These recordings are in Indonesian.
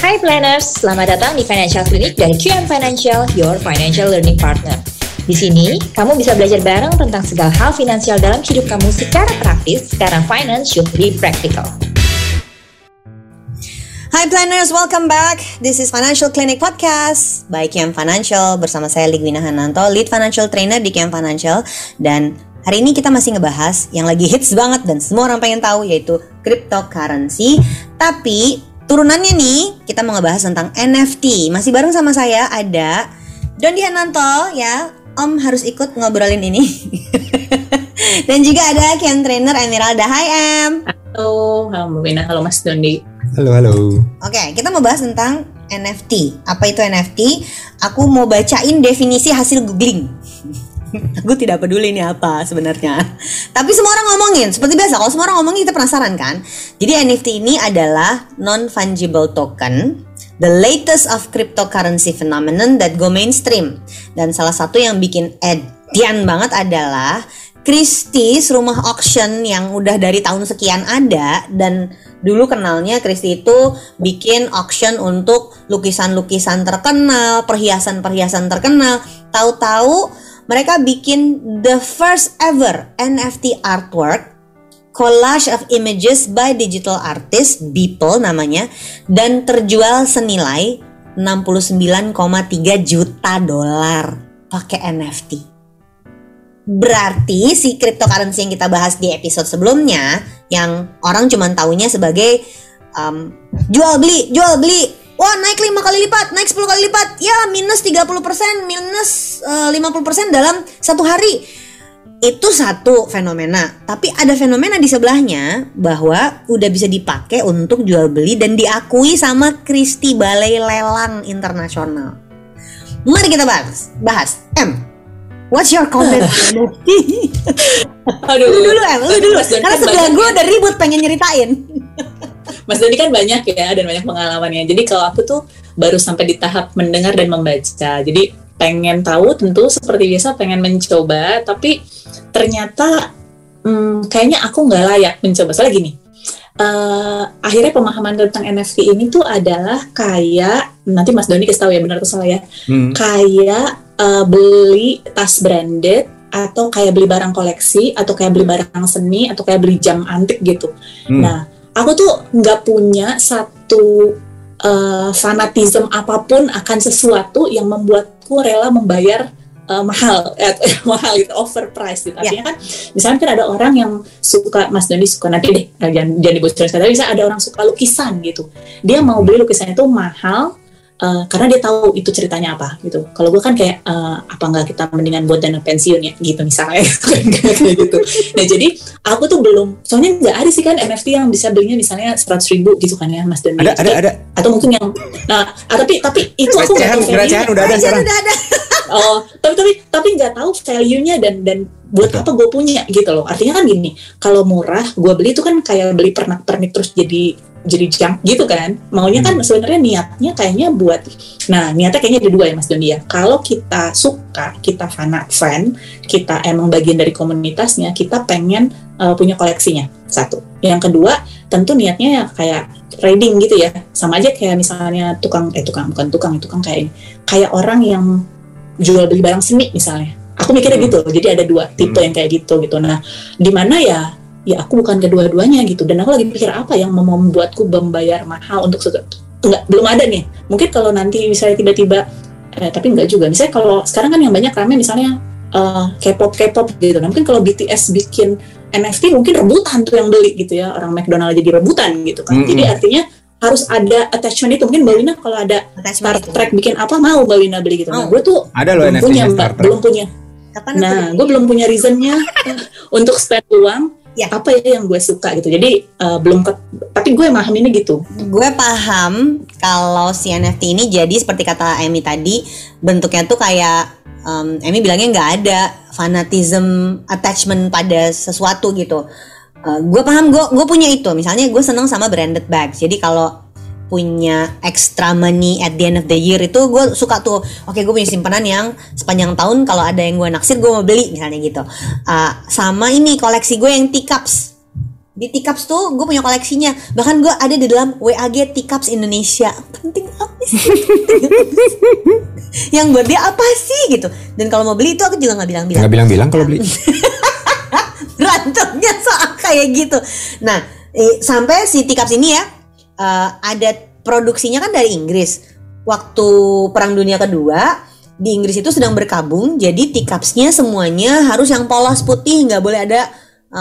Hai planners, selamat datang di Financial Clinic dari QM Financial, your financial learning partner. Di sini, kamu bisa belajar bareng tentang segala hal finansial dalam hidup kamu secara praktis, karena finance should be practical. Hi planners, welcome back. This is Financial Clinic Podcast by QM Financial bersama saya Ligwina Hananto, Lead Financial Trainer di QM Financial. Dan hari ini kita masih ngebahas yang lagi hits banget dan semua orang pengen tahu, yaitu cryptocurrency. Tapi turunannya nih, kita mau ngebahas tentang NFT. Masih bareng sama saya ada Dondi Hananto ya. Om harus ikut ngobrolin ini. Dan juga ada QM Trainer Emeralda. Hai Em. Halo Mbak Wina, halo Mas Dondi. Halo. Oke, kita mau bahas tentang NFT. Apa itu NFT? Aku mau bacain definisi hasil googling. Aku tidak peduli ini apa sebenarnya. Tapi semua orang ngomongin. Seperti biasa, kalau semua orang ngomongin kita penasaran kan? Jadi NFT ini adalah non-fungible token, the latest of cryptocurrency phenomenon that go mainstream. Dan salah satu yang bikin edian banget adalah Christie's, rumah auction yang udah dari tahun sekian ada. Dan dulu kenalnya Christie itu bikin auction untuk lukisan-lukisan terkenal, perhiasan-perhiasan terkenal. Tahu-tahu mereka bikin the first ever NFT artwork, collage of images by digital artist, Beeple namanya, dan terjual senilai 69,3 juta dolar pakai NFT. Berarti si cryptocurrency yang kita bahas di episode sebelumnya, yang orang cuma taunya sebagai jual beli, wah naik 5 kali lipat, naik 10 kali lipat, ya minus 30%, minus 50% dalam satu hari. Itu satu fenomena. Tapi ada fenomena di sebelahnya bahwa udah bisa dipakai untuk jual beli dan diakui sama Christie, Balai Lelang Internasional. Mari kita bahas. What's your comment? Aduh, lu dulu. Karena sebelah gue udah ribut pengen nyeritain. Mas Doni kan banyak ya, dan banyak pengalamannya. Jadi kalau aku tuh baru sampai di tahap mendengar dan membaca. Jadi pengen tahu, tentu seperti biasa pengen mencoba, tapi ternyata kayaknya aku nggak layak mencoba. Soalnya gini, akhirnya pemahaman tentang NFT ini tuh adalah kayak, nanti Mas Doni kasih tahu ya benar atau salah ya, kayak beli tas branded, atau kayak beli barang koleksi, atau kayak beli barang seni, atau kayak beli jam antik gitu. Nah, aku tuh nggak punya satu fanatisme apapun akan sesuatu yang membuatku rela membayar mahal gitu, overpriced gitu. Artinya kan, misalnya kan ada orang yang suka, Mas Doni suka, nanti deh jangan dibocorin, tapi bisa ada orang suka lukisan gitu. Dia mau beli lukisan itu mahal karena dia tahu itu ceritanya apa gitu. Kalau gue kan kayak apa nggak kita mendingan buat dana pensiun ya gitu misalnya kayak gitu. Nah jadi aku tuh belum, soalnya nggak ada sih kan NFT yang bisa belinya misalnya 100.000 gitu kan ya Mas Doni. Ada. Atau mungkin yang tapi itu aku nggak tahu. Recehan udah ada sekarang. Oh, tapi nggak tahu value-nya dan buat apa gue punya gitu loh. Artinya kan gini, kalau murah gue beli itu kan kayak beli pernik terus jadi junk gitu kan. Maunya kan sebenarnya niatnya kayaknya buat, nah niatnya kayaknya ada dua ya Mas Doni ya. Kalau kita suka, kita fan, kita emang bagian dari komunitasnya, kita pengen punya koleksinya, satu. Yang kedua tentu niatnya ya kayak trading gitu ya. Sama aja kayak misalnya tukang kayak orang yang jual beli barang seni misalnya. Aku mikirnya gitu. Jadi ada dua tipe yang kayak gitu. Nah, di mana ya aku bukan kedua-duanya gitu. Dan aku lagi pikir apa yang mau membuatku membayar mahal untuk belum ada nih. Mungkin kalau nanti misalnya tiba-tiba tapi enggak juga. Misalnya kalau sekarang kan yang banyak ramai misalnya K-pop gitu. Nah, mungkin kalau BTS bikin NFT mungkin rebutan tuh yang beli gitu ya. Orang McDonald jadi rebutan gitu kan. Jadi artinya harus ada attachment itu. Mungkin Mbak Wina kalau ada Star Trek bikin apa mau Mbak Wina beli gitu. Nah, gue tuh ada loh belum punya belum punya. Nah, gue belum punya reasonnya untuk spend uang. Ya. Apa ya yang gue suka gitu. Jadi tapi gue memahaminya gitu. Gue paham kalau si NFT ini jadi seperti kata Emi tadi, bentuknya tuh kayak Emi bilangnya nggak ada fanatism attachment pada sesuatu gitu. Gue paham, gue punya itu. Misalnya gue seneng sama branded bags. Jadi kalau punya extra money at the end of the year itu gue suka tuh, oke gue punya simpanan yang sepanjang tahun kalau ada yang gue naksir gue mau beli misalnya gitu. Sama ini koleksi gue yang teacups. Di Teacups tuh gue punya koleksinya. Bahkan gue ada di dalam WAG Teacups Indonesia. Penting apa sih? Yang buat dia apa sih gitu. Dan kalau mau beli itu aku juga gak bilang-bilang. Gak bilang-bilang kalau beli. Berantemnya soal kayak gitu. Nah sampai si Teacups ini ya ada produksinya kan dari Inggris. Waktu Perang Dunia Kedua di Inggris itu sedang berkabung. Jadi Teacupsnya semuanya harus yang polos putih. Gak boleh ada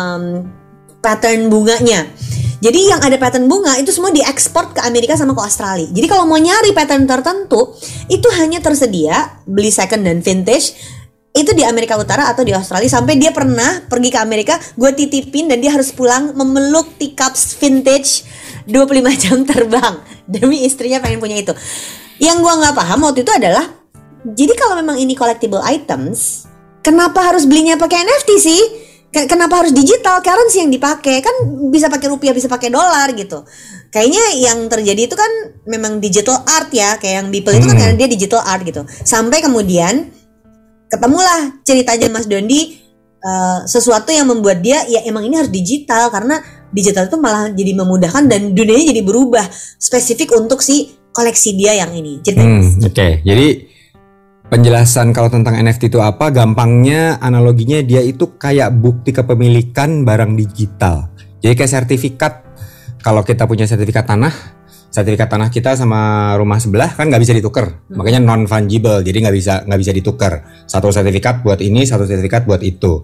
pattern bunganya. Jadi yang ada pattern bunga itu semua diekspor ke Amerika sama ke Australia. Jadi kalau mau nyari pattern tertentu itu hanya tersedia beli second dan vintage itu di Amerika Utara atau di Australia. Sampai dia pernah pergi ke Amerika, gue titipin dan dia harus pulang memeluk Teacups vintage 25 jam terbang demi istrinya pengen punya itu. Yang gue nggak paham waktu itu adalah, jadi kalau memang ini collectible items, kenapa harus belinya pakai NFT sih? Kenapa harus digital currency yang dipakai? Kan bisa pakai rupiah, bisa pakai dolar gitu. Kayaknya yang terjadi itu kan memang digital art ya, kayak yang Beeple itu kan karena dia digital art gitu. Sampai kemudian ketemulah ceritanya Mas Dondi, sesuatu yang membuat dia ya emang ini harus digital, karena digital itu malah jadi memudahkan dan dunianya jadi berubah spesifik untuk si koleksi dia yang ini. Oke. Jadi penjelasan kalau tentang NFT itu apa, gampangnya analoginya dia itu kayak bukti kepemilikan barang digital. Jadi kayak sertifikat. Kalau kita punya sertifikat tanah kita sama rumah sebelah kan nggak bisa ditukar, makanya non fungible. Jadi nggak bisa ditukar. Satu sertifikat buat ini, satu sertifikat buat itu.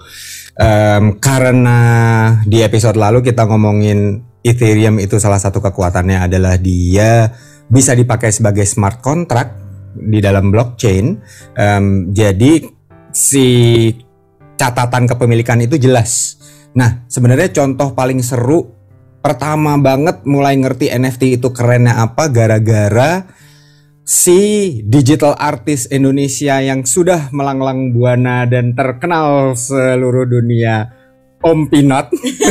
Karena di episode lalu kita ngomongin Ethereum itu salah satu kekuatannya adalah dia bisa dipakai sebagai smart contract di dalam blockchain. Jadi si catatan kepemilikan itu jelas. Nah, sebenarnya contoh paling seru pertama banget mulai ngerti NFT itu kerennya apa gara-gara si digital artist Indonesia yang sudah melanglang buana dan terkenal seluruh dunia, Om Pinot.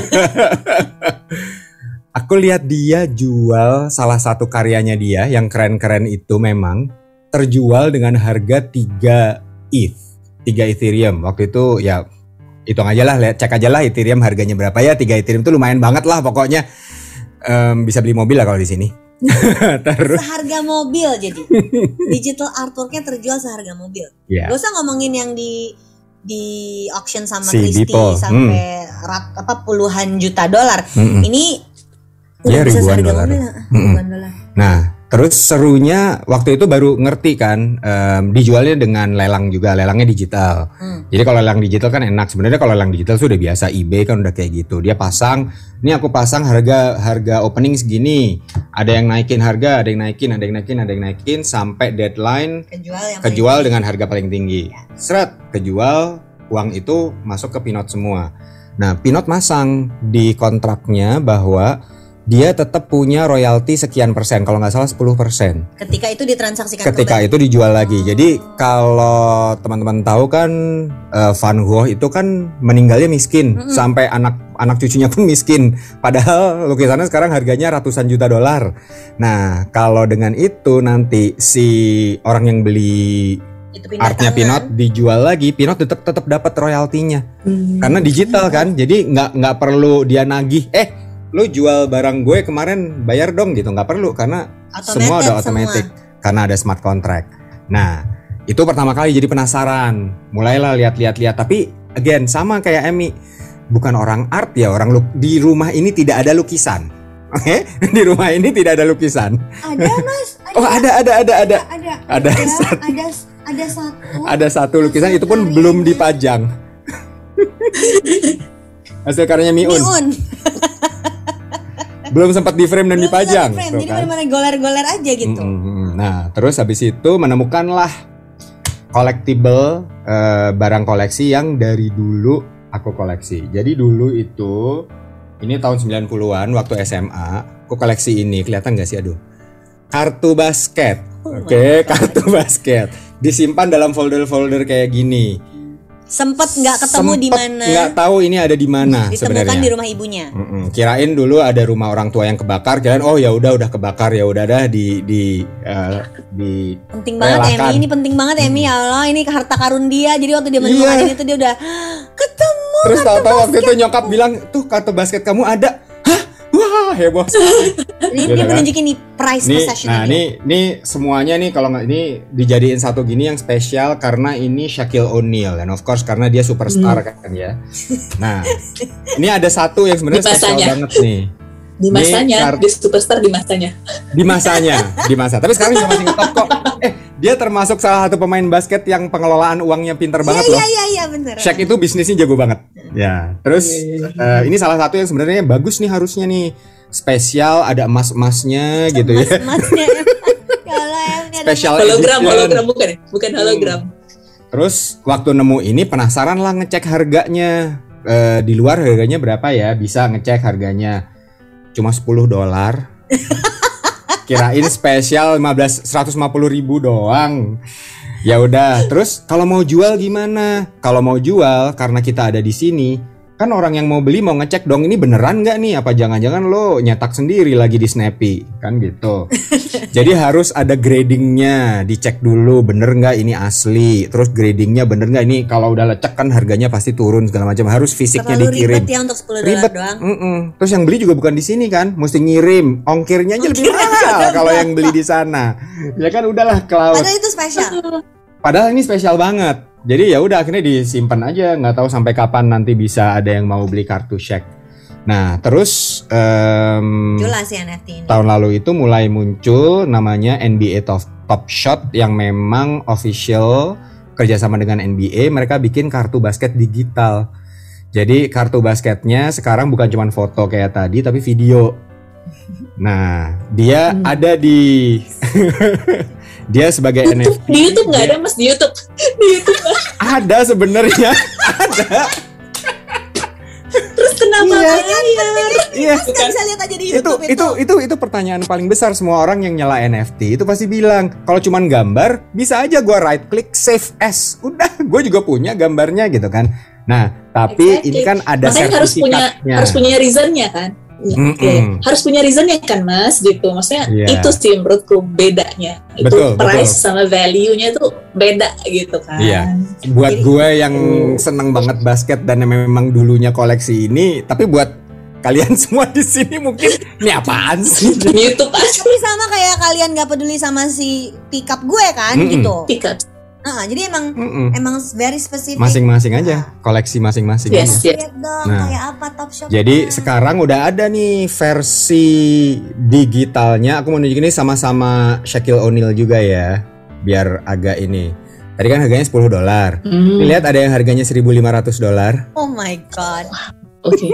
Aku lihat dia jual salah satu karyanya dia yang keren-keren itu, memang terjual dengan harga 3 Ethereum. Waktu itu ya hitung aja lah, cek aja lah Ethereum harganya berapa ya. 3 Ethereum itu lumayan banget lah pokoknya. Bisa beli mobil lah kalau di sini. Terus seharga mobil jadi. Digital artworknya terjual seharga mobil. Yeah. Gak usah ngomongin yang di auction sama si Christie Beeple. sampai puluhan juta dolar. Ini ya, bisa ribuan seharga dolar. mobil. Ribuan dolar. Nah, terus serunya waktu itu baru ngerti kan, dijualnya dengan lelang juga, lelangnya digital. Jadi kalau lelang digital kan enak. Sebenarnya kalau lelang digital sudah biasa, eBay kan udah kayak gitu. Dia pasang, ini aku pasang harga opening segini. Ada yang naikin harga, ada yang naikin sampai deadline kejual dengan harga paling tinggi. Seret, kejual, uang itu masuk ke Pinot semua. Nah, Pinot masang di kontraknya bahwa dia tetap punya royalti sekian persen, kalau nggak salah 10%. Ketika itu ditransaksikan Ketika kembali. itu dijual lagi. Jadi kalau teman-teman tahu kan Van Gogh itu kan meninggalnya miskin, sampai anak cucunya pun miskin. Padahal lukisannya sekarang harganya ratusan juta dolar. Nah, kalau dengan itu nanti si orang yang beli artnya Pinot dijual lagi, Pinot tetap dapat royaltinya. Karena digital kan. Jadi nggak perlu dia nagih. Lu jual barang gue kemarin bayar dong gitu, nggak perlu karena semua udah otomatis karena ada smart contract. Nah, itu pertama kali jadi penasaran, mulailah lihat. Tapi again sama kayak Emmy, bukan orang art ya, di rumah ini tidak ada lukisan. Oke? Di rumah ini tidak ada lukisan. Ada Mas. Ada satu lukisan, itu pun belum dipajang. Hasil karyanya Miun. Belum sempat di frame dan dipajang. Jadi benar-benar goler-goler aja gitu. Nah, terus habis itu menemukanlah collectible, barang koleksi yang dari dulu aku koleksi. Jadi dulu itu, ini tahun 90-an waktu SMA, aku koleksi ini, kelihatan gak sih? Aduh. Kartu basket. Oke, kartu basket. Disimpan dalam folder-folder kayak gini. Sempet nggak ketemu di mana? Nggak tahu ini ada di mana sebenarnya. Ditemukan di rumah ibunya. Kirain dulu ada rumah orang tua yang kebakar, kirain oh ya udah kebakar, ya udah dah di penting banget Emmy, ini penting banget Emmy, ya Allah, ini harta karun dia. Jadi waktu dia menemukan ini tuh dia udah ketemu. Terus tahu-tahu waktu itu nyokap bilang, tuh kartu basket kamu ada. wah heboh sekali. Jadi Gitu dia kan? menunjukin nih price Nih, possession. nah ini semuanya nih kalau nggak ini dijadiin satu gini yang spesial karena ini Shaquille O'Neal dan of course karena dia superstar kan ya. Nah, ini ada satu yang sebenarnya Di spesial masanya. banget nih. Di masanya, Ini di superstar di masanya. Di masa. Tapi sekarang juga masih ngetop kok. Dia termasuk salah satu pemain basket yang pengelolaan uangnya pinter banget loh. Iya bener. Shaq itu bisnisnya jago banget. Ya, terus ini salah satu yang sebenarnya bagus nih harusnya nih. Spesial ada emas-emasnya gitu ya. Emasnya. Ya Allah, ini ada Special Hologram edition. bukan ya? Bukan hologram. Terus waktu nemu ini penasaran lah ngecek harganya. Di luar harganya berapa ya? Bisa ngecek harganya. Cuma $10. Kirain spesial 150.000 doang. Ya udah, terus kalau mau jual gimana? Kalau mau jual karena kita ada di sini, kan orang yang mau beli mau ngecek dong ini beneran nggak nih? Apa jangan-jangan lo nyetak sendiri lagi di Snappy kan gitu. Jadi harus ada gradingnya, dicek dulu bener nggak ini asli. Terus gradingnya bener nggak ini kalau udah lecek kan harganya pasti turun segala macam. Harus fisiknya terlalu dikirim. ribet ya untuk $10 Ribet. doang. Terus yang beli juga bukan di sini kan, mesti ngirim. Ongkirnya aja lebih mahal kalau yang beli di sana. Ya kan udahlah ke laut. Padahal itu spesial. Padahal ini spesial banget. Jadi ya udah akhirnya disimpan aja, nggak tahu sampai kapan nanti bisa ada yang mau beli kartu Shaq. Nah terus Jelas ya NFT ini. tahun lalu itu mulai muncul namanya NBA Top Shot yang memang official kerjasama dengan NBA. Mereka bikin kartu basket digital. Jadi kartu basketnya sekarang bukan cuma foto kayak tadi tapi video. Nah dia ada di dia sebagai NFT. Di YouTube nggak ada mas, di YouTube. Di YouTube nggak. Ada sebenarnya. Ada. Terus kenapa Iya. bayar? Iya. Kita bisa lihat aja di YouTube Itu pertanyaan paling besar semua orang yang nyala NFT itu pasti bilang kalau cuman gambar bisa aja gua right click save as udah gue juga punya gambarnya gitu kan. Nah tapi Exactly. ini kan ada Makanya sertifikatnya. harus punya reasonnya kan. Harus punya reasonnya kan mas gitu. Maksudnya Iya. itu sih menurutku bedanya. Itu Betul, price betul. sama value-nya itu beda gitu kan. Iya. Buat gue yang seneng banget basket dan yang memang dulunya koleksi ini, tapi buat kalian semua di sini mungkin ini apaan sih? Di YouTube aja. Tapi sama kayak kalian gak peduli sama si pickup gue kan gitu. Pick-up. Jadi emang very spesifik. Masing-masing aja, koleksi masing-masing Yes, aja. yes. Lihat dong Nah. kayak apa Top Shop. Jadi sekarang udah ada nih versi digitalnya. Aku mau nunjukin ini sama-sama Shaquille O'Neal juga ya, biar agak ini. Tadi kan harganya $10. Ini lihat ada yang harganya $1.500. Oh my god. Oke.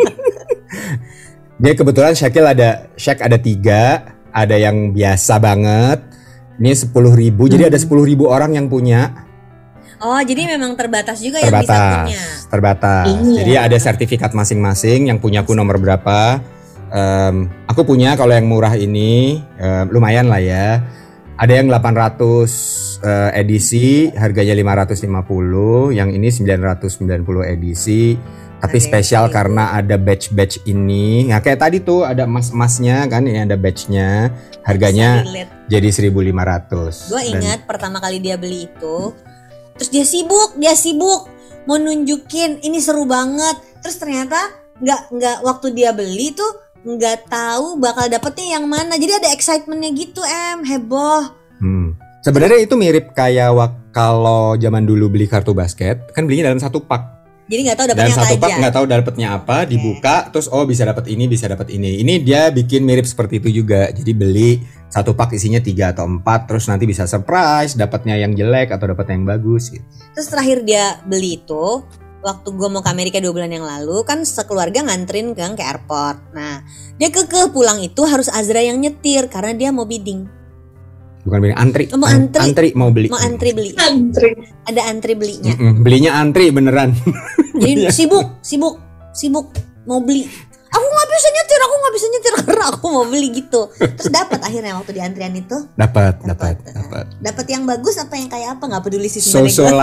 Dia kebetulan Shaq ada 3, ada yang biasa banget. Ini 10.000, jadi ada 10.000 orang yang punya. Oh jadi memang terbatas juga yang bisa punya. Terbatas. Iya. Jadi ada sertifikat masing-masing yang punya aku nomor berapa. Aku punya kalau yang murah ini lumayan lah ya. Ada yang 800 edisi, harganya 550. Yang ini 990 edisi. Tapi Oke. spesial karena ada badge-badge ini. Nah kayak tadi tuh ada emas-emasnya kan, ini ada badge-nya. Harganya Bisa relate. jadi 1.500. Gue Dan- ingat pertama kali dia beli itu, terus dia sibuk mau nunjukin ini seru banget. Terus ternyata nggak waktu dia beli tuh nggak tahu bakal dapetnya yang mana. Jadi ada excitementnya gitu heboh. Sebenarnya itu mirip kayak kalau zaman dulu beli kartu basket, kan belinya dalam satu pak. Jadi nggak tahu Dan dapetnya apa satu pak aja. nggak tahu dapetnya apa, dibuka terus bisa dapat ini, bisa dapat ini. Ini dia bikin mirip seperti itu juga. Jadi beli satu pak isinya 3 atau 4, terus nanti bisa surprise, dapatnya yang jelek atau dapat yang bagus gitu. Terus terakhir dia beli itu waktu gue mau ke Amerika 2 bulan yang lalu kan sekeluarga nganterin kan ke airport. Nah dia kekeh pulang itu harus Azra yang nyetir karena dia mau bidding. Bukan beli antri. Mau antri. Antri mau beli. Mau antri beli. Antri. Ada antri belinya. Belinya antri beneran. Jadi sibuk mau beli. Aku nggak bisa nyetir karena aku mau beli gitu. Terus dapat akhirnya waktu di antrian itu. Dapat. Dapat yang bagus apa yang kayak apa nggak peduli sih So-so sebenarnya. lah.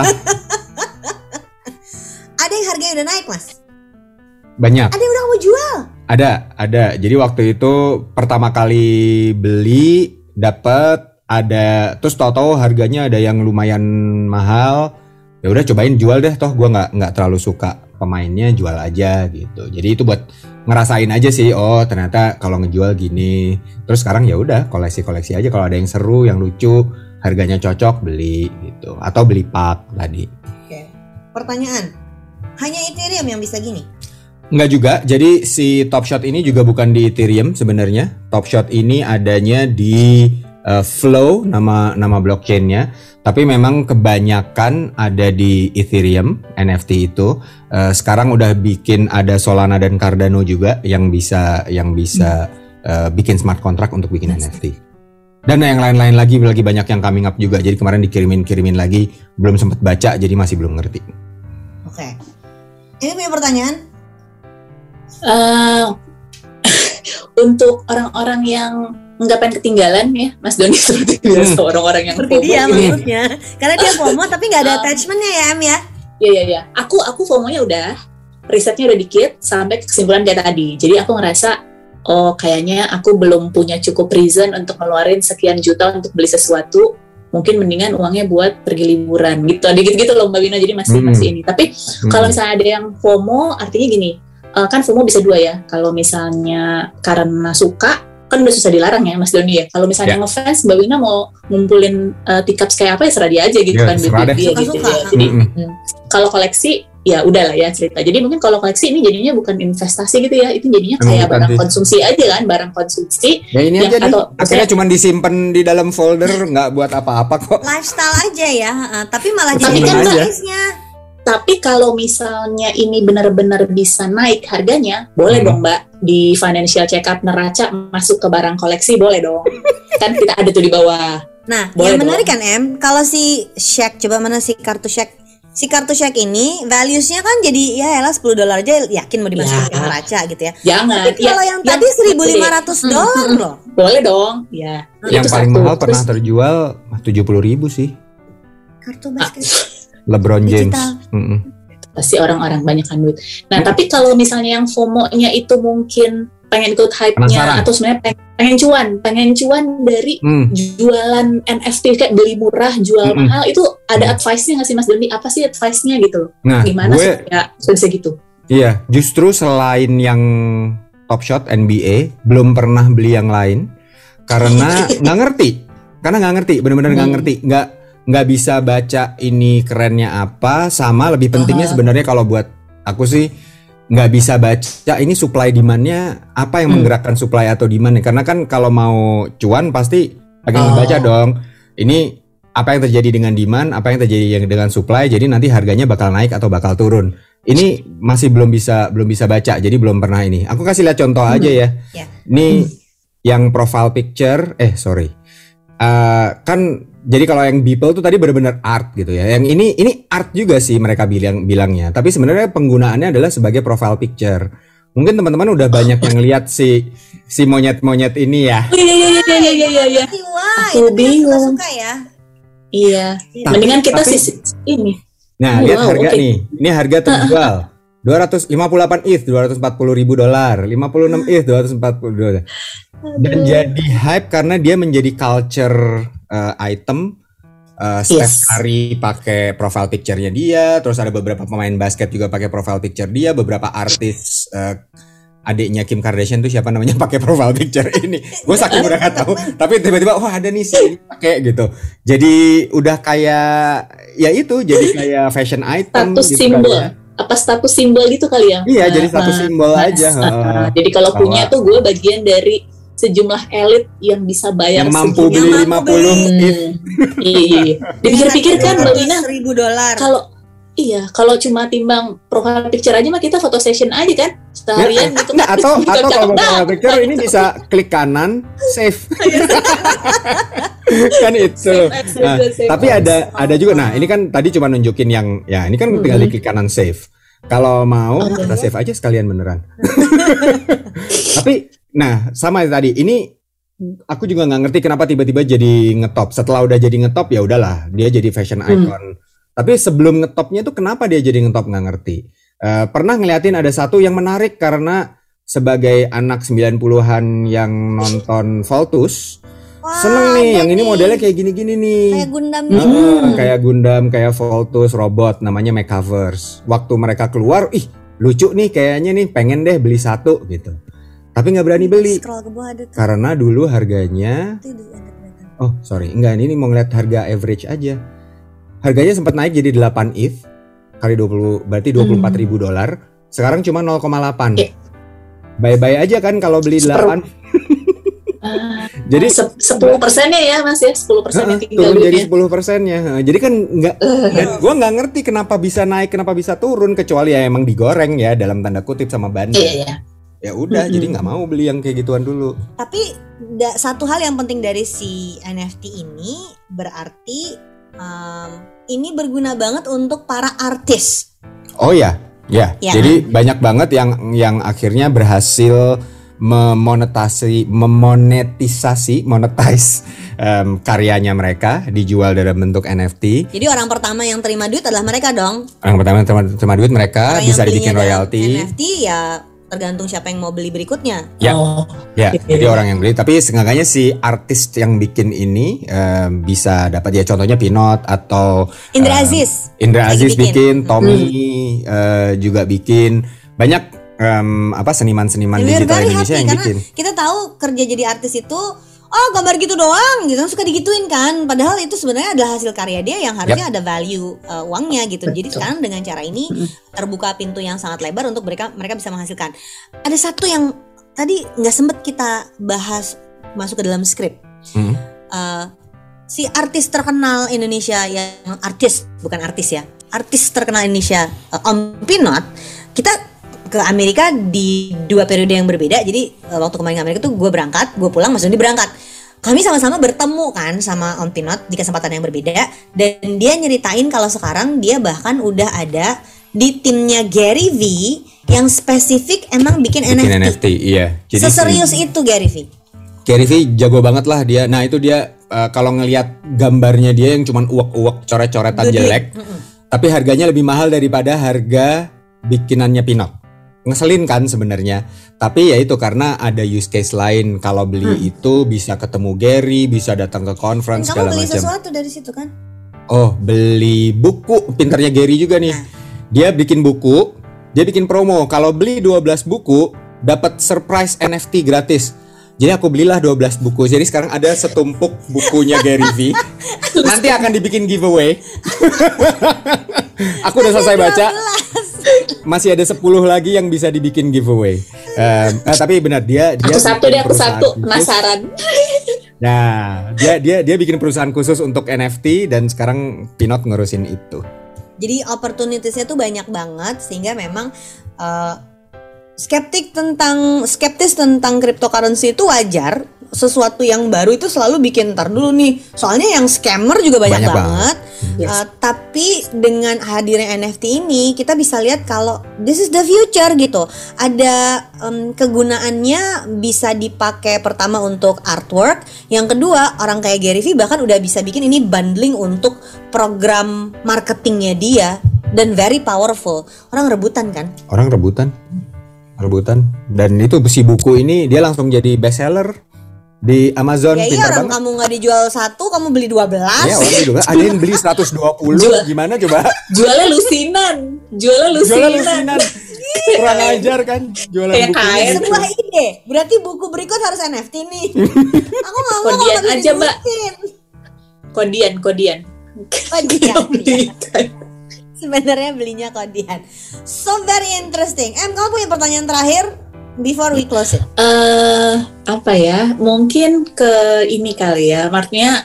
Ada yang harganya udah naik mas. Banyak. Ada yang udah mau jual. Ada. Jadi waktu itu pertama kali beli dapat ada, terus tahu-tahu harganya ada yang lumayan mahal. Ya udah cobain jual deh, toh gue nggak terlalu suka pemainnya, jual aja gitu. Jadi itu buat ngerasain aja sih, oh ternyata kalau ngejual gini. Terus sekarang ya udah koleksi-koleksi aja, kalau ada yang seru, yang lucu, harganya cocok beli gitu, atau beli pak tadi. Oke. Pertanyaan, hanya Ethereum yang bisa gini? Enggak juga, jadi si Top Shot ini juga bukan di Ethereum sebenarnya. Top Shot ini adanya di Flow, nama blockchainnya, tapi memang kebanyakan ada di Ethereum NFT itu. Sekarang udah bikin ada Solana dan Cardano juga yang bisa bikin smart contract untuk bikin NFT. Dan yang lain-lain lagi banyak yang coming up juga. Jadi kemarin dikirimin lagi, belum sempat baca, jadi masih belum ngerti. Oke. Ini punya pertanyaan? Untuk orang-orang yang nggak pengen ketinggalan ya, Mas Doni, seperti biasa orang-orang yang seperti FOMO dia gitu. maksudnya. Karena dia FOMO tapi nggak ada attachmentnya ya, Em ya? Iya. Aku FOMO-nya udah, risetnya udah dikit sampai kesimpulan kayak tadi. Jadi aku ngerasa, oh kayaknya aku belum punya cukup reason untuk ngeluarin sekian juta untuk beli sesuatu. Mungkin mendingan uangnya buat pergi liburan gitu. Gitu loh Mbak Wina. Jadi masih ini. Tapi kalau misalnya ada yang FOMO, artinya gini, kan FOMO bisa dua ya. Kalau misalnya karena suka, kan udah susah dilarang ya Mas Doni ya. Kalau misalnya ngefans, Mbak Wina mau ngumpulin tiket kayak apa ya serah dia aja gitu kan. Dia gitu ya. Jadi kalau koleksi ya udahlah ya cerita. Jadi mungkin kalau koleksi ini jadinya bukan investasi gitu ya. Itu jadinya kayak barang konsumsi aja kan, barang konsumsi. Ya ini aja nih. Akhirnya cuma disimpan di dalam folder, nggak buat apa-apa kok. Lifestyle aja ya. Tapi malah tapi jadi kan bisnisnya. Tapi kalau misalnya ini benar-benar bisa naik harganya, boleh dong Mbak di financial check up neraca masuk ke barang koleksi, boleh dong. Kan kita ada tuh di bawah. Nah, boleh yang menarik kan Em, kalau si Shaq, coba mana si kartu Shaq. Si kartu Shaq ini values-nya kan jadi ya elah $10 aja yakin mau dimasukin ke neraca gitu ya. Jangan. Tapi kalau yang tadi $1.500 loh. Boleh dong. Ya. Yang paling mahal pernah terjual 70.000 sih. Kartu basket. LeBron James. Pasti orang-orang banyak kan duit. Nah, tapi kalau misalnya yang FOMO-nya itu mungkin pengen ikut hype-nya atau sebenarnya pengen cuan dari jualan NFT kayak beli murah, jual mahal, itu ada advice-nya nggak sih Mas Doni? Apa sih advice-nya gitu? Nah, gimana supaya bisa gitu? Iya, justru selain yang Top Shot NBA, belum pernah beli yang lain karena nggak ngerti. Benar-benar nggak ngerti. Nggak bisa baca ini kerennya apa, sama lebih pentingnya sebenarnya kalau buat aku sih nggak bisa baca ini supply demand-nya apa yang menggerakkan supply atau demand, karena kan kalau mau cuan pasti pengen ngebaca dong ini apa yang terjadi dengan demand, apa yang terjadi dengan supply, jadi nanti harganya bakal naik atau bakal turun. Ini masih belum bisa baca, jadi belum pernah ini. Aku kasih lihat contoh aja ya. Ini yang profile picture, kan jadi kalau yang Beeple tuh tadi benar-benar art gitu ya. Yang ini art juga sih mereka bilangnya. Tapi sebenarnya penggunaannya adalah sebagai profile picture. Mungkin teman-teman udah banyak yang lihat si monyet-monyet ini ya. Iya. Aku bingung. Suka ya. Iya. Mendingan kita ini. Nah, lihat harga nih. Ini harga terjual. 258 ETH, $240.000, 56 ETH, $240. Dan jadi hype karena dia menjadi culture item. Steph Curry pakai profile picture-nya dia, terus ada beberapa pemain basket juga pakai profile picture dia, beberapa artis adiknya Kim Kardashian tuh siapa namanya pakai profile picture ini. Gue saking udah gak tahu, tapi tiba-tiba wah ada nih sih pakai gitu. Jadi udah kayak ya itu jadi kayak fashion item status gitu simbol. kan, ya. Apa status simbol gitu kali ya? Iya, jadi status simbol aja. Jadi kalau punya tuh gue bagian dari sejumlah elit yang bisa bayar yang mampu beli 50 Iya. Dipikir-pikir kan Mbak Wina, $1.000. Kalau cuma timbang profile picture aja mah kita foto session aja kan seharian gitu kan. Atau kalau profile picture ini bisa klik kanan save. Kan itu. Tapi ada juga. Nah, ini kan tadi cuma nunjukin yang ya ini kan tinggal di klik kanan save. Kalau mau kita save aja sekalian beneran. Tapi nah sama tadi ini aku juga nggak ngerti kenapa tiba-tiba jadi ngetop. Setelah udah jadi ngetop ya udahlah dia jadi fashion icon. Tapi sebelum ngetopnya tuh kenapa dia jadi ngetop nggak ngerti. Pernah ngeliatin ada satu yang menarik karena sebagai anak 90-an yang nonton Voltus, seneng nih yang ini modelnya kayak gini-gini nih. Kayak Gundam kayak Gundam, kayak Voltus robot namanya Mechaverse. Waktu mereka keluar, lucu nih kayaknya nih, pengen deh beli satu gitu. Tapi nggak berani beli. Scroll ke bawah ada tuh. Karena dulu harganya, Itu ada kelihatan. oh sorry, enggak, ini mau ngeliat harga average aja. Harganya sempat naik jadi 8 ETH kali 20, berarti $24,000. Sekarang cuma 0,8. Bye-bye aja kan kalau beli 8. Jadi 10%-nya ya Mas ya, 10% yang tinggal turun jadi duitnya. 10%-nya. Jadi kan nggak, dan gue nggak ngerti kenapa bisa naik, kenapa bisa turun, kecuali ya emang digoreng ya dalam tanda kutip sama bandar. Iya. Ya udah, jadi nggak mau beli yang kayak gituan dulu. Tapi satu hal yang penting dari si NFT ini berarti ini berguna banget untuk para artis. Oh ya. Ya, jadi banyak banget yang akhirnya berhasil monetize karyanya mereka, dijual dalam bentuk NFT. Jadi orang pertama yang terima duit adalah mereka dong. Orang pertama terima duit mereka, Orang bisa yang dibikin belinya dalam royalti. NFT ya tergantung siapa yang mau beli berikutnya. Ya, Oh, ya. oke. Jadi orang yang beli. Tapi seenggaknya si artis yang bikin ini bisa dapat ya, contohnya Pinot atau Indra Aziz. Indra Lagi Aziz bikin, Tommy juga bikin, banyak seniman-seniman digital Indonesia yang karena bikin. kita tahu kerja jadi artis itu gambar gitu doang gitu, suka digituin kan, padahal itu sebenarnya adalah hasil karya dia yang harusnya ada value uangnya gitu. Jadi sekarang dengan cara ini terbuka pintu yang sangat lebar untuk mereka bisa menghasilkan. Ada satu yang tadi nggak sempet kita bahas masuk ke dalam skrip. Si artis terkenal Indonesia yang artis terkenal Indonesia, Om Pinot, kita ke Amerika di 2 periode yang berbeda. Jadi waktu kemarin ke Amerika tuh gue berangkat, gue pulang, Mas Doni berangkat. Kami sama-sama bertemu kan sama Om Pinot di kesempatan yang berbeda, dan dia nyeritain kalau sekarang dia bahkan udah ada di timnya Gary V yang spesifik emang bikin NFT. Iya. Jadi Seserius itu Gary V. Gary V jago banget lah dia. Nah itu dia kalau ngelihat gambarnya dia yang cuman uwek-uwek, coret-coretan jelek, tapi harganya lebih mahal daripada harga bikinannya Pinot. Ngeselin kan sebenarnya, tapi ya itu karena ada use case lain. Kalau beli itu bisa ketemu Gary, bisa datang ke conference segala Kamu beli macam. sesuatu dari situ kan? Oh, beli buku. Pinternya Gary juga nih. Dia bikin buku, dia bikin promo. Kalau beli 12 buku dapat surprise NFT gratis. Jadi aku belilah 12 buku. Jadi sekarang ada setumpuk bukunya Gary V. Nanti akan dibikin giveaway. Aku udah selesai baca. Masih ada 10 lagi yang bisa dibikin giveaway. Tapi benar dia Aku satu khusus. penasaran. Nah, dia bikin perusahaan khusus untuk NFT dan sekarang Pinot ngurusin itu. Jadi opportunities-nya tuh banyak banget, sehingga memang skeptis tentang cryptocurrency itu wajar. Sesuatu yang baru itu selalu bikin ntar dulu nih, soalnya yang scammer juga banyak banget. Tapi dengan hadirnya NFT ini kita bisa lihat kalau this is the future gitu. Ada kegunaannya, bisa dipakai pertama untuk artwork, yang kedua orang kayak Gary V bahkan udah bisa bikin ini bundling untuk program marketingnya dia, dan very powerful. Orang rebutan kan? Rebutan. Dan itu si buku ini dia langsung jadi bestseller di Amazon. Ya iya, orang kamu nggak dijual 1, kamu beli 12. Ya orang beli 12, ada yang beli 120. Gimana coba? Jualnya lusinan. Kurang ajar kan jualan Kayak buku. kain. Sebuah ide. Berarti buku berikut harus NFT nih. Aku nggak mau Kodian kalau aja, Mbak. diduitin. Kodian. Kodian. Belikan. Sebenarnya belinya kodian. So very interesting. Kamu punya pertanyaan terakhir before we close it? Apa ya? Mungkin ke ini kali ya. Maksudnya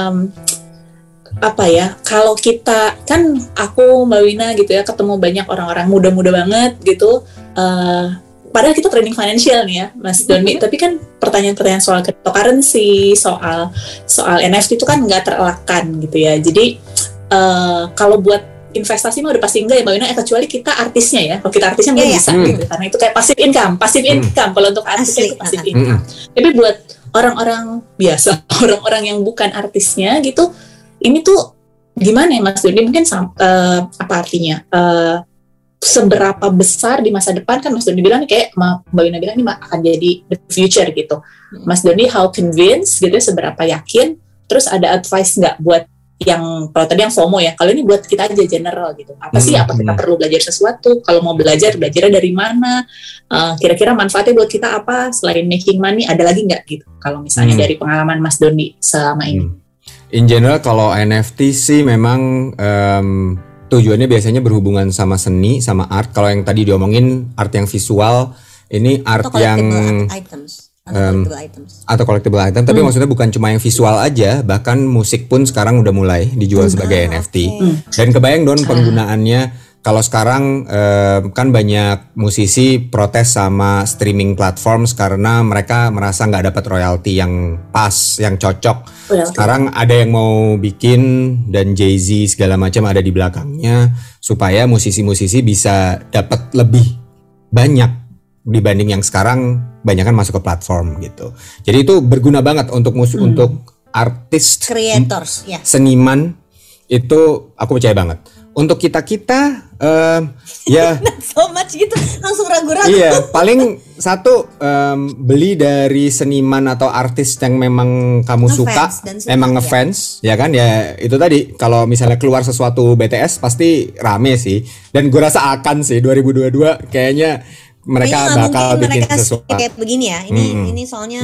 apa ya? Kalau kita kan aku Mbak Wina gitu ya, ketemu banyak orang-orang muda-muda banget gitu. Padahal kita trading financial nih ya, Mas Doni. Tapi kan pertanyaan-pertanyaan soal cryptocurrency, soal NFT itu kan nggak terelakkan gitu ya. Jadi kalau buat investasi mah udah pasti enggak ya Mbak Wina, kecuali kita artisnya ya. Kalau kita artisnya mungkin bisa gitu, karena itu kayak passive income. Kalau untuk artisnya itu passive income. Tapi buat orang-orang biasa, orang-orang yang bukan artisnya gitu, ini tuh gimana ya Mas Doni? Mungkin apa artinya? Seberapa besar di masa depan, kan Mas Doni bilang kayak Mbak Wina bilang ini akan jadi the future gitu. Mas Doni how convinced gitu, seberapa yakin? Terus ada advice nggak buat kalau tadi yang FOMO ya, kalau ini buat kita aja general gitu. Apa sih, apa kita perlu belajar sesuatu? Kalau mau belajarnya dari mana? Kira-kira manfaatnya buat kita apa? Selain making money, ada lagi nggak gitu? Kalau misalnya dari pengalaman Mas Doni selama ini. In general kalau NFT sih memang tujuannya biasanya berhubungan sama seni, sama art. Kalau yang tadi diomongin art yang visual, ini art yang atau collectible item, tapi maksudnya bukan cuma yang visual aja, bahkan musik pun sekarang udah mulai dijual sebagai NFT. Dan kebayang dong penggunaannya. Kalau sekarang kan banyak musisi protes sama streaming platforms karena mereka merasa nggak dapat royalti yang pas, yang cocok. Sekarang ada yang mau bikin dan Jay-Z segala macam ada di belakangnya supaya musisi-musisi bisa dapat lebih banyak dibanding yang sekarang banyak kan masuk ke platform gitu. Jadi itu berguna banget untuk untuk artis, creators, seniman itu aku percaya banget. Untuk kita ya so much gitu langsung ragu-ragu. Iya, paling satu beli dari seniman atau artis yang memang kamu suka, emang ngefans, ya kan? Ya itu tadi kalau misalnya keluar sesuatu BTS pasti rame sih. Dan gue rasa akan sih 2022 kayaknya mereka bakal bikin sesuatu kayak begini ya. Ini soalnya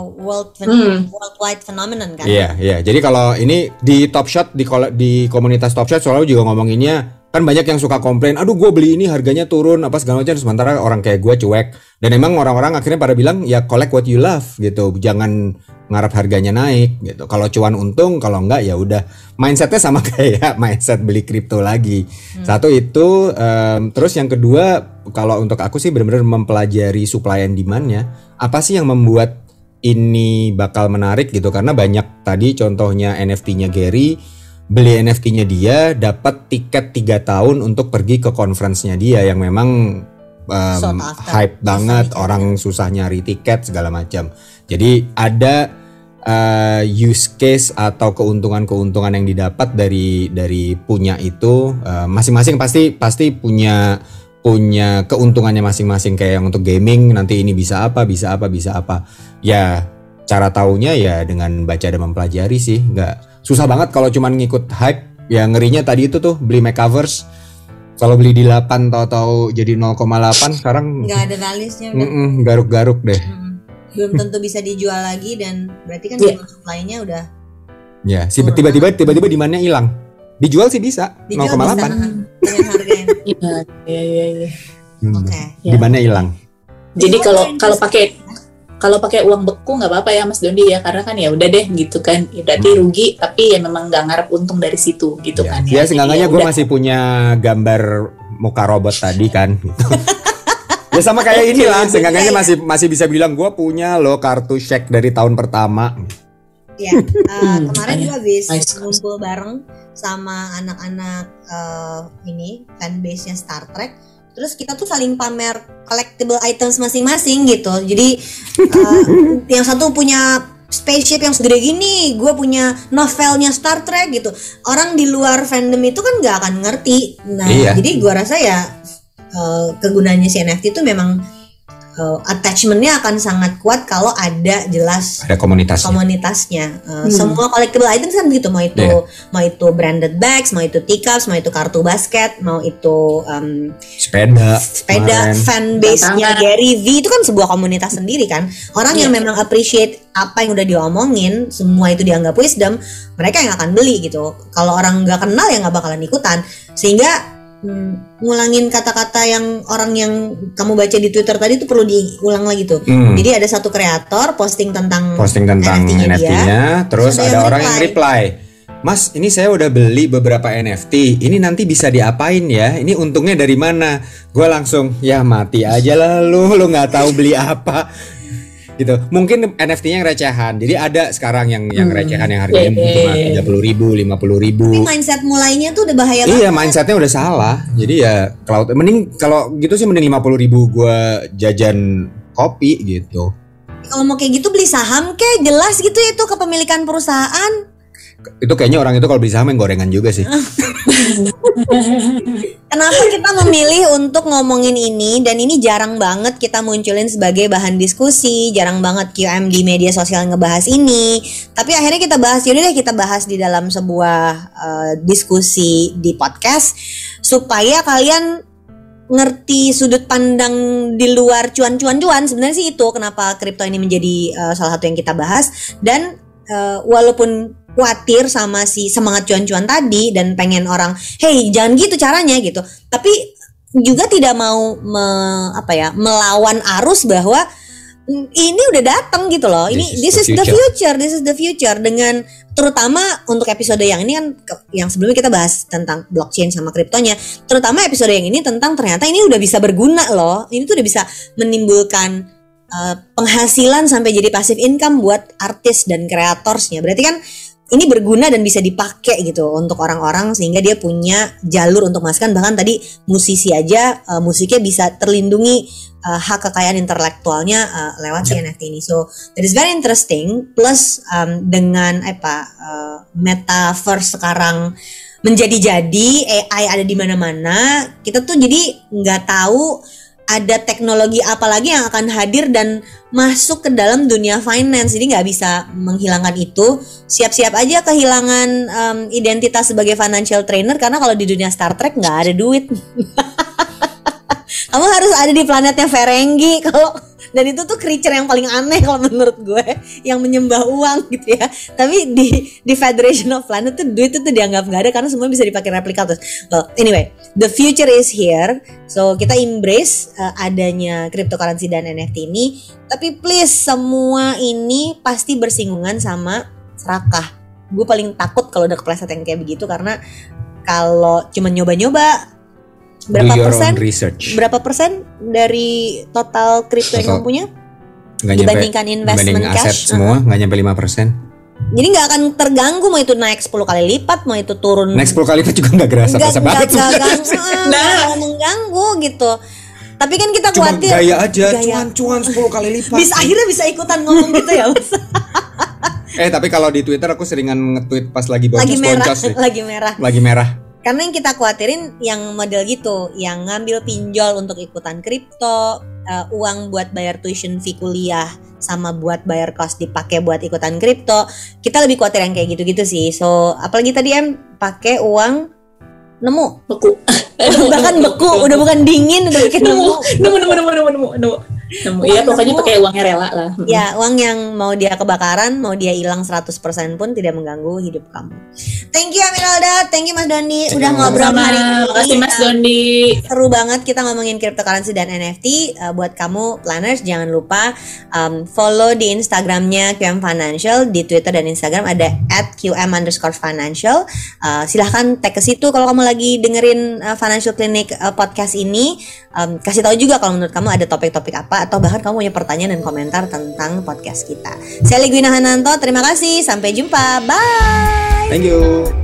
worldwide phenomenon kan. Iya. Jadi kalau ini di Top Shot di komunitas Top Shot selalu juga ngomonginnya kan banyak yang suka komplain, aduh gue beli ini harganya turun apa segala macam, sementara orang kayak gue cuek. Dan emang orang-orang akhirnya pada bilang ya collect what you love gitu, jangan ngarap harganya naik gitu. Kalau cuan untung, kalau enggak ya udah. Mindsetnya sama kayak mindset beli kripto lagi. Satu itu, terus yang kedua kalau untuk aku sih benar-benar mempelajari supply and demand-nya. Apa sih yang membuat ini bakal menarik gitu? Karena banyak tadi contohnya NFT-nya Gary. Beli NFT-nya dia dapat tiket 3 tahun untuk pergi ke conference-nya dia yang memang hype banget, orang susah nyari tiket segala macam. Jadi ada use case atau keuntungan-keuntungan yang didapat dari punya itu, masing-masing pasti punya keuntungannya masing-masing. Kayak yang untuk gaming nanti ini bisa apa. Ya cara taunya ya dengan baca dan mempelajari sih, nggak susah banget kalau cuman ngikut hype. Ya ngerinya tadi itu tuh beli Metaverse, kalau beli di 8 tahu-tahu jadi 0,8 sekarang nggak ada valisnya, garuk-garuk deh. Belum tentu bisa dijual lagi dan berarti kan supply-nya udah. Ya, tiba-tiba demandnya hilang. Dijual sih bisa 0,8 dengan harga yang Iya. Oke. Demandnya hilang. Jadi kalau pakai uang beku nggak apa-apa ya Mas Doni ya, karena kan ya udah deh gitu kan, ya berarti rugi tapi ya memang nggak ngarep untung dari situ gitu kan ya. Seenggaknya gue masih punya gambar muka robot tadi kan gitu. Ya sama kayak ini lah, seenggaknya masih bisa bilang gue punya loh kartu Shaq dari tahun pertama. Ya, kemarin gue habis ngumpul bareng sama anak-anak ini fanbase-nya Star Trek. Terus kita tuh saling pamer collectible items masing-masing gitu. Jadi yang satu punya spaceship yang segede gini, gue punya novelnya Star Trek gitu. Orang di luar fandom itu kan nggak akan ngerti. Nah, jadi gue rasa ya kegunaannya si NFT itu memang attachmentnya akan sangat kuat kalau ada jelas ada komunitasnya. Semua collectible items kan begitu, mau itu branded bags, mau itu teacups, mau itu kartu basket, mau itu sepeda fanbase-nya Gary V, itu kan sebuah komunitas sendiri kan. Orang yang memang appreciate apa yang udah diomongin, semua itu dianggap wisdom, mereka yang akan beli gitu. Kalau orang nggak kenal ya nggak bakalan ikutan. Sehingga ngulangin kata-kata yang orang yang kamu baca di Twitter tadi itu perlu diulang lagi tuh. Jadi ada satu kreator posting tentang NFT-nya, terus ada orang yang reply, Mas, ini saya udah beli beberapa NFT, ini nanti bisa diapain ya? Ini untungnya dari mana? Gue langsung, ya mati aja lah lu nggak tahu beli apa. Gitu. Mungkin NFT-nya yang recehan. Jadi ada sekarang yang recehan yang harganya cuma 30.000, 50.000. Tapi mindset mulainya tuh udah bahaya banget. Iya, mindsetnya udah salah. Jadi ya mending kalau gitu sih mending 50.000 gue jajan kopi gitu. Kalau mau kayak gitu beli saham kayak jelas gitu ya, itu kepemilikan perusahaan. Itu kayaknya orang itu kalau beli saham yang gorengan juga sih. Kenapa kita memilih untuk ngomongin ini, dan ini jarang banget kita munculin sebagai bahan diskusi, jarang banget QM di media sosial ngebahas ini. Tapi akhirnya kita bahas, yaudah deh kita bahas di dalam sebuah diskusi di podcast supaya kalian ngerti sudut pandang di luar cuan-cuan-cuan. Sebenarnya sih itu kenapa kripto ini menjadi salah satu yang kita bahas. Dan walaupun khawatir sama si semangat cuan-cuan tadi dan pengen orang, hey jangan gitu caranya gitu, tapi juga tidak mau melawan arus bahwa ini udah datang gitu loh. This is the future. Dengan terutama untuk episode yang ini kan, yang sebelumnya kita bahas tentang blockchain sama kriptonya, terutama episode yang ini tentang ternyata ini udah bisa berguna loh. Ini tuh udah bisa menimbulkan penghasilan sampai jadi passive income buat artis dan kreatorsnya. Berarti kan ini berguna dan bisa dipakai gitu untuk orang-orang sehingga dia punya jalur untuk menghasilkan. Bahkan tadi musisi aja musiknya bisa terlindungi hak kekayaan intelektualnya lewat si NFT ini. So that is very interesting. Plus dengan metaverse sekarang menjadi-jadi, AI ada di mana-mana, kita tuh jadi nggak tahu ada teknologi apa lagi yang akan hadir dan masuk ke dalam dunia finance. Jadi nggak bisa menghilangkan itu. Siap-siap aja kehilangan identitas sebagai financial trainer, karena kalau di dunia Star Trek nggak ada duit. Kamu harus ada di planetnya Ferengi dan itu tuh creature yang paling aneh kalau menurut gue, yang menyembah uang gitu ya. Tapi di Federation of Planet tuh duit itu tuh dianggap nggak ada karena semua bisa dipakai replikator. Well, anyway, the future is here. So kita embrace adanya cryptocurrency dan NFT ini. Tapi please, semua ini pasti bersinggungan sama serakah. Gue paling takut kalau udah kepleset yang kayak begitu, karena kalau cuma nyoba-nyoba, berapa persen dari total kripto yang kamu punya dibandingkan investment cash semua nggak nyampe 5%. Jadi nggak akan terganggu, mau itu naik 10 kali lipat, mau itu turun naik 10 kali lipat juga nggak gerasa banget. Nggak mengganggu gitu. Tapi kan kita khawatir gaya aja, cuan 10 kali lipat. Akhirnya bisa ikutan ngomong gitu ya, Mas. Tapi kalau di Twitter aku seringan nge-tweet pas lagi boncos. Lagi merah. Karena yang kita khawatirin yang model gitu, yang ngambil pinjol untuk ikutan kripto, uang buat bayar tuition fee kuliah sama buat bayar kos dipakai buat ikutan kripto. Kita lebih khawatir yang kayak gitu-gitu sih. So, apalagi tadi pakai uang beku. Bahkan beku, udah bukan dingin, udah bikin nemu. Iya, pokoknya pakai uangnya rela lah. Ya, uang yang mau dia kebakaran, mau dia hilang 100% pun tidak mengganggu hidup kamu. Thank you Amiralda, thank you Mas Dondi udah ngobrol hari ini. Makasih Mas Dondi. Seru banget kita ngomongin cryptocurrency dan NFT. Buat kamu planners, jangan lupa follow di Instagramnya QM Financial, di Twitter dan Instagram ada @QM_financial. Silahkan tag ke situ kalau kamu lagi dengerin Financial Clinic podcast ini. Kasih tahu juga kalau menurut kamu ada topik-topik apa, atau bahkan kamu punya pertanyaan dan komentar tentang podcast kita. Saya Ligwina Hananto, terima kasih, sampai jumpa, bye. Thank you.